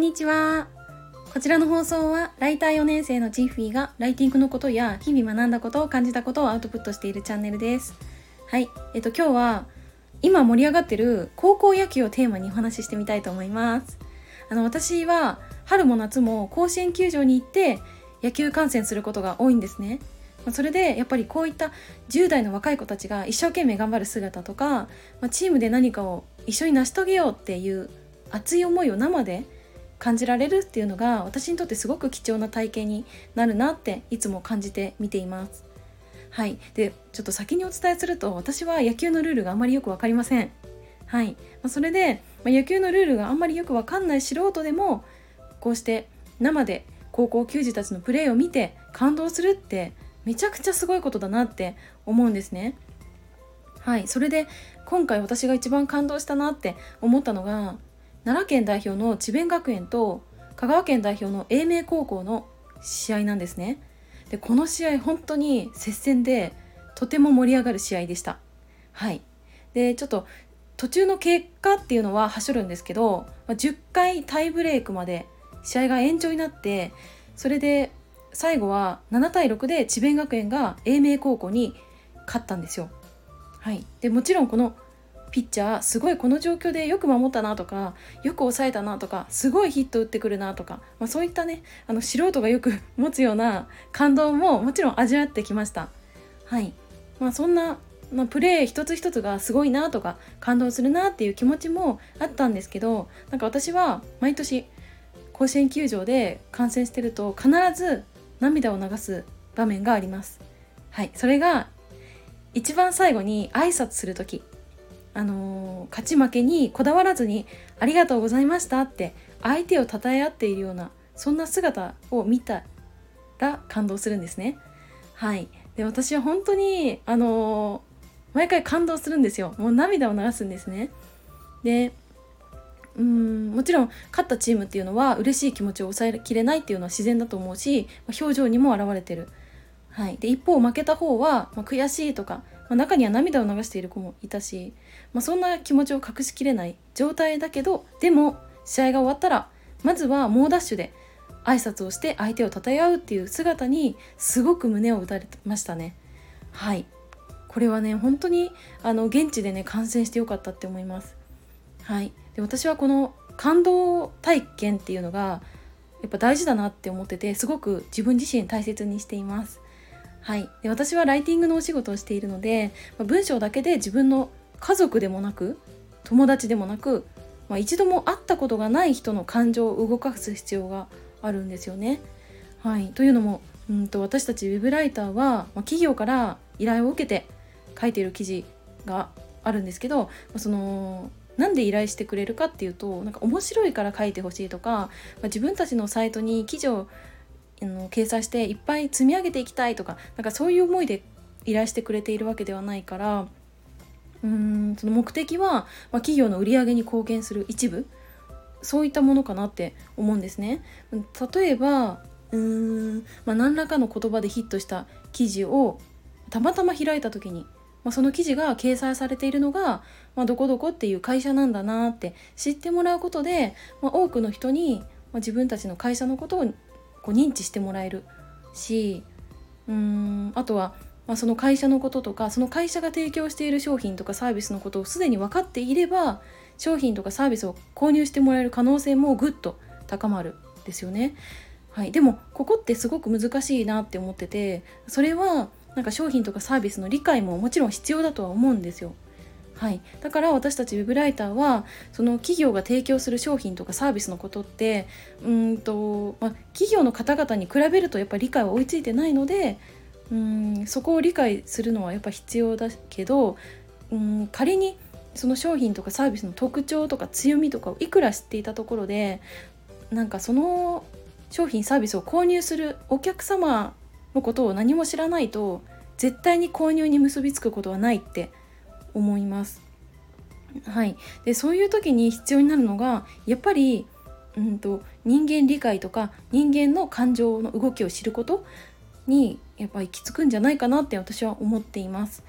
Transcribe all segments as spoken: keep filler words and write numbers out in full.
にちは。こちらの放送はライターよねん生のジッフィーがライティングのことや日々学んだことを感じたことをアウトプットしているチャンネルです。はい、えっと今日は今盛り上がってる高校野球をテーマにお話ししてみたいと思います。あの私は春も夏も甲子園球場に行って野球観戦することが多いんですね。それでやっぱりこういったじゅう代の若い子たちが一生懸命頑張る姿とか、チームで何かを一緒に成し遂げようっていう熱い思いを生で感じられるっていうのが私にとってすごく貴重な体験になるなっていつも感じて見ています。はい、でちょっと先にお伝えすると、私は野球のルールがあまりよく分かりません。はい、それで野球のルールがあんまりよく分かんない素人でもこうして生で高校球児たちのプレーを見て感動するってめちゃくちゃすごいことだなって思うんですね。はい、それで今回私が一番感動したなって思ったのが、奈良県代表の智弁学園と香川県代表の英明高校の試合なんですね。でこの試合本当に接戦でとても盛り上がる試合でした。はい、でちょっと途中の結果っていうのははしょるんですけど、じゅっかいタイブレークまで試合が延長になって、それで最後はななたいろくで智弁学園が英明高校に勝ったんですよ。はい、でもちろんこのピッチャーすごいこの状況でよく守ったなとか、よく抑えたなとか、すごいヒット打ってくるなとか、まあ、そういったねあの素人がよく持つような感動ももちろん味わってきました。はい、まあ、そんな、まあ、プレー一つ一つがすごいなとか感動するなっていう気持ちもあったんですけど、なんか私は毎年甲子園球場で観戦してると必ず涙を流す場面があります。はい、それが一番最後に挨拶するとき、あのー、勝ち負けにこだわらずにありがとうございましたって相手を称え合っているような、そんな姿を見たら感動するんですね。はい、で私は本当に、あのー、毎回感動するんですよ。もう涙を流すんですね。でうーんもちろん勝ったチームっていうのは嬉しい気持ちを抑えきれないっていうのは自然だと思うし、表情にも表れてる。はい、で一方負けた方は、まあ、悔しいとか、まあ、中には涙を流している子もいたし、まあ、そんな気持ちを隠しきれない状態だけど、でも試合が終わったらまずは猛ダッシュで挨拶をして相手を称え合うっていう姿にすごく胸を打たれましたね。はい、これはね本当にあの現地でね観戦してよかったって思います。はい、で私はこの感動体験っていうのがやっぱ大事だなって思ってて、すごく自分自身大切にしています。はい、で私はライティングのお仕事をしているので、まあ、文章だけで自分の家族でもなく友達でもなく、まあ、一度も会ったことがない人の感情を動かす必要があるんですよね。はい、というのもうんと私たちウェブライターは、まあ、企業から依頼を受けて書いている記事があるんですけど、まあ、そのなんで依頼してくれるかっていうと、なんか面白いから書いてほしいとか、まあ、自分たちのサイトに記事をあの掲載していっぱい積み上げていきたいとか、なんかそういう思いで依頼してくれているわけではないから、うーんその目的は、まあ、企業の売り上げに貢献する一部、そういったものかなって思うんですね。例えばうーん、まあ、何らかの言葉でヒットした記事をたまたま開いた時に、まあ、その記事が掲載されているのが、まあ、どこどこっていう会社なんだなって知ってもらうことで、まあ、多くの人に、まあ、自分たちの会社のことをこう認知してもらえるし、うーんあとは、まあ、その会社のこととか、その会社が提供している商品とかサービスのことをすでに分かっていれば、商品とかサービスを購入してもらえる可能性もぐっと高まるんですよね。はい、でもここってすごく難しいなって思ってて、それはなんか商品とかサービスの理解ももちろん必要だとは思うんですよ。はい、だから私たちウェブライターはその企業が提供する商品とかサービスのことってうーんと、まあ、企業の方々に比べるとやっぱり理解は追いついてないので、うーんそこを理解するのはやっぱ必要だけど、うーん仮にその商品とかサービスの特徴とか強みとかをいくら知っていたところで、なんかその商品サービスを購入するお客様のことを何も知らないと絶対に購入に結びつくことはないって思います。はい、でそういう時に必要になるのがやっぱりうんと人間理解とか人間の感情の動きを知ることにやっぱり行き着くんじゃないかなって私は思っています。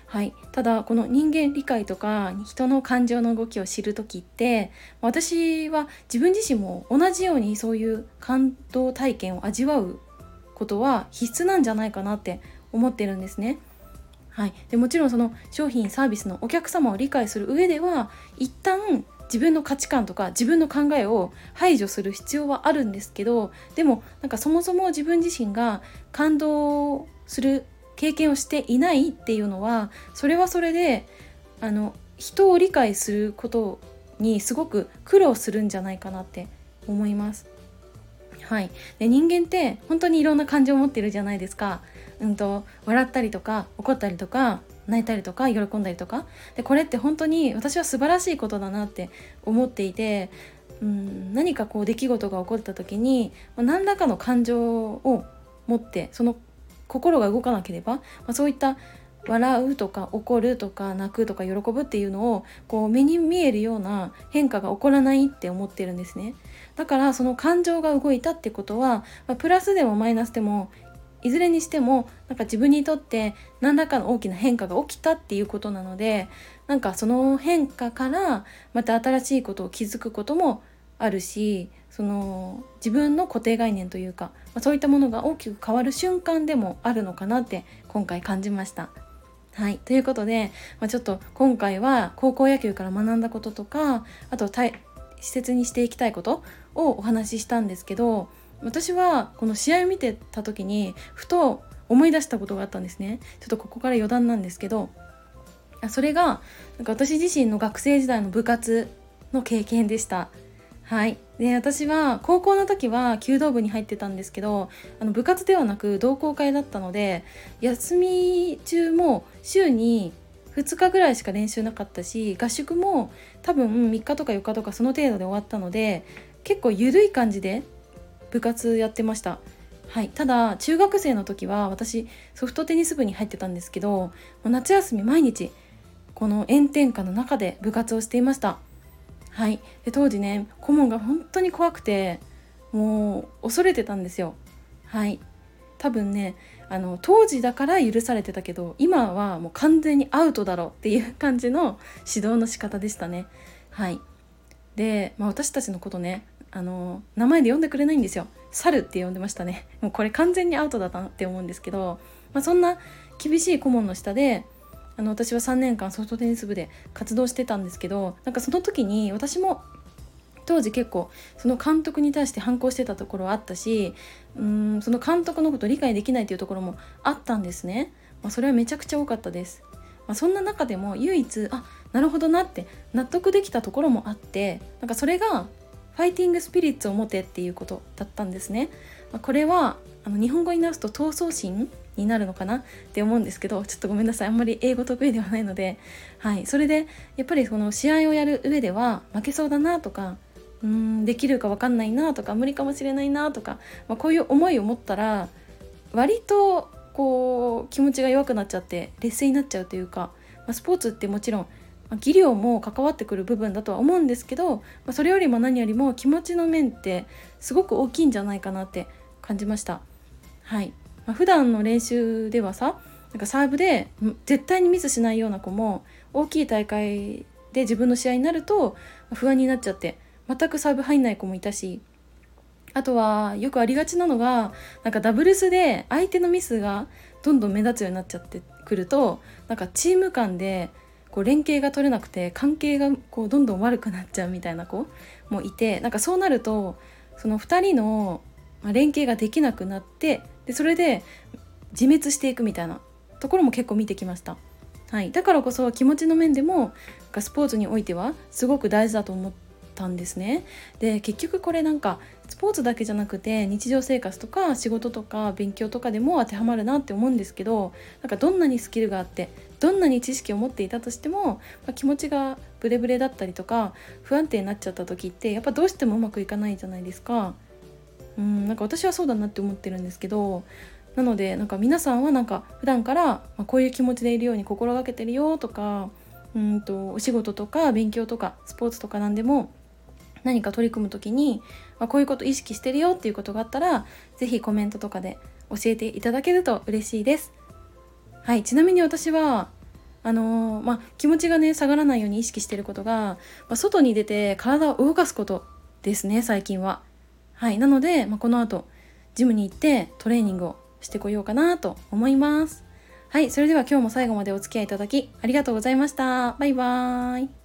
はい、ただこの人間理解とか人の感情の動きを知る時って、私は自分自身も同じようにそういう感動体験を味わうことは必須なんじゃないかなって思ってるんですね。はい、でもちろんその商品サービスのお客様を理解する上では一旦自分の価値観とか自分の考えを排除する必要はあるんですけど、でもなんかそもそも自分自身が感動する経験をしていないっていうのは、それはそれであの人を理解することにすごく苦労するんじゃないかなって思います。はい、で人間って本当にいろんな感情を持ってるじゃないですか。うんと笑ったりとか怒ったりとか泣いたりとか喜んだりとかで、これって本当に私は素晴らしいことだなって思っていて、うん、何かこう出来事が起こった時に何らかの感情を持ってその心が動かなければ、まあ、そういった笑うとか怒るとか泣くとか喜ぶっていうのをこう目に見えるような変化が起こらないって思ってるんですね。だからその感情が動いたってことは、まあ、プラスでもマイナスでもいずれにしてもなんか自分にとって何らかの大きな変化が起きたっていうことなので、なんかその変化からまた新しいことを気づくこともあるし、その自分の固定概念というか、まあ、そういったものが大きく変わる瞬間でもあるのかなって今回感じました。はい、ということで、まあ、ちょっと今回は高校野球から学んだこととか、あと大切にしていきたいことをお話ししたんですけど、私はこの試合を見てた時にふと思い出したことがあったんですね。ちょっとここから余談なんですけど、それがなんか私自身の学生時代の部活の経験でした。はい、で私は高校の時は弓道部に入ってたんですけど、あの部活ではなく同好会だったので、休み中も週にふつかぐらいしか練習なかったし、合宿も多分みっかとかよっかとかその程度で終わったので、結構緩い感じで部活やってました。はい、ただ中学生の時は私ソフトテニス部に入ってたんですけど、夏休み毎日この炎天下の中で部活をしていました。はい、で当時ね顧問が本当に怖くてもう恐れてたんですよ。はい、多分ねあの当時だから許されてたけど、今はもう完全にアウトだろうっていう感じの指導の仕方でしたね。はい、で、まあ、私たちのことねあの名前で呼んでくれないんですよ。猿って呼んでましたね。もうこれ完全にアウトだったなって思うんですけど、まあ、そんな厳しい顧問の下であの私はさんねんかんソフトテニス部で活動してたんですけど、なんかその時に私も当時結構その監督に対して反抗してたところはあったし、うーんその監督のことを理解できないというところもあったんですね。まあ、それはめちゃくちゃ多かったです。まあ、そんな中でも唯一あなるほどなって納得できたところもあって、なんかそれがファイティングスピリッツを持てっていうことだったんですね。まあ、これはあの日本語に直すと闘争心になるのかなって思うんですけど、ちょっとごめんなさい、あんまり英語得意ではないので、はい、それでやっぱりその試合をやる上では負けそうだなとか、うーんできるか分かんないなとか無理かもしれないなとか、まあ、こういう思いを持ったら割とこう気持ちが弱くなっちゃって劣勢になっちゃうというか、まあ、スポーツってもちろん技量も関わってくる部分だとは思うんですけど、まあ、それよりも何よりも気持ちの面ってすごく大きいんじゃないかなって感じました。はい、まあ、普段の練習ではさなんかサーブで絶対にミスしないような子も大きい大会で自分の試合になると不安になっちゃって全くサーブ入んない子もいたし、あとはよくありがちなのがなんかダブルスで相手のミスがどんどん目立つようになっちゃってくると、なんかチーム間でこう連携が取れなくて関係がこうどんどん悪くなっちゃうみたいな子もいて、なんかそうなるとそのふたりの連携ができなくなって、でそれで自滅していくみたいなところも結構見てきました。はい、だからこそ気持ちの面でもスポーツにおいてはすごく大事だと思ったんですね。で結局これなんかスポーツだけじゃなくて日常生活とか仕事とか勉強とかでも当てはまるなって思うんですけど、なんかどんなにスキルがあってどんなに知識を持っていたとしても、まあ、気持ちがブレブレだったりとか不安定になっちゃった時ってやっぱどうしてもうまくいかないじゃないですか。うんなんか私はそうだなって思ってるんですけど、なのでなんか皆さんはなんか普段からまあこういう気持ちでいるように心がけてるよとか、うんとお仕事とか勉強とかスポーツとかなんでも何か取り組むときに、まあ、こういうこと意識してるよっていうことがあったらぜひコメントとかで教えていただけると嬉しいです。はい、ちなみに私はあのーまあ、気持ちがね下がらないように意識していることが、まあ、外に出て体を動かすことですね最近は。はい、なので、まあ、この後ジムに行ってトレーニングをしてこようかなと思います。はい、それでは今日も最後までお付き合いいただきありがとうございました。バイバーイ。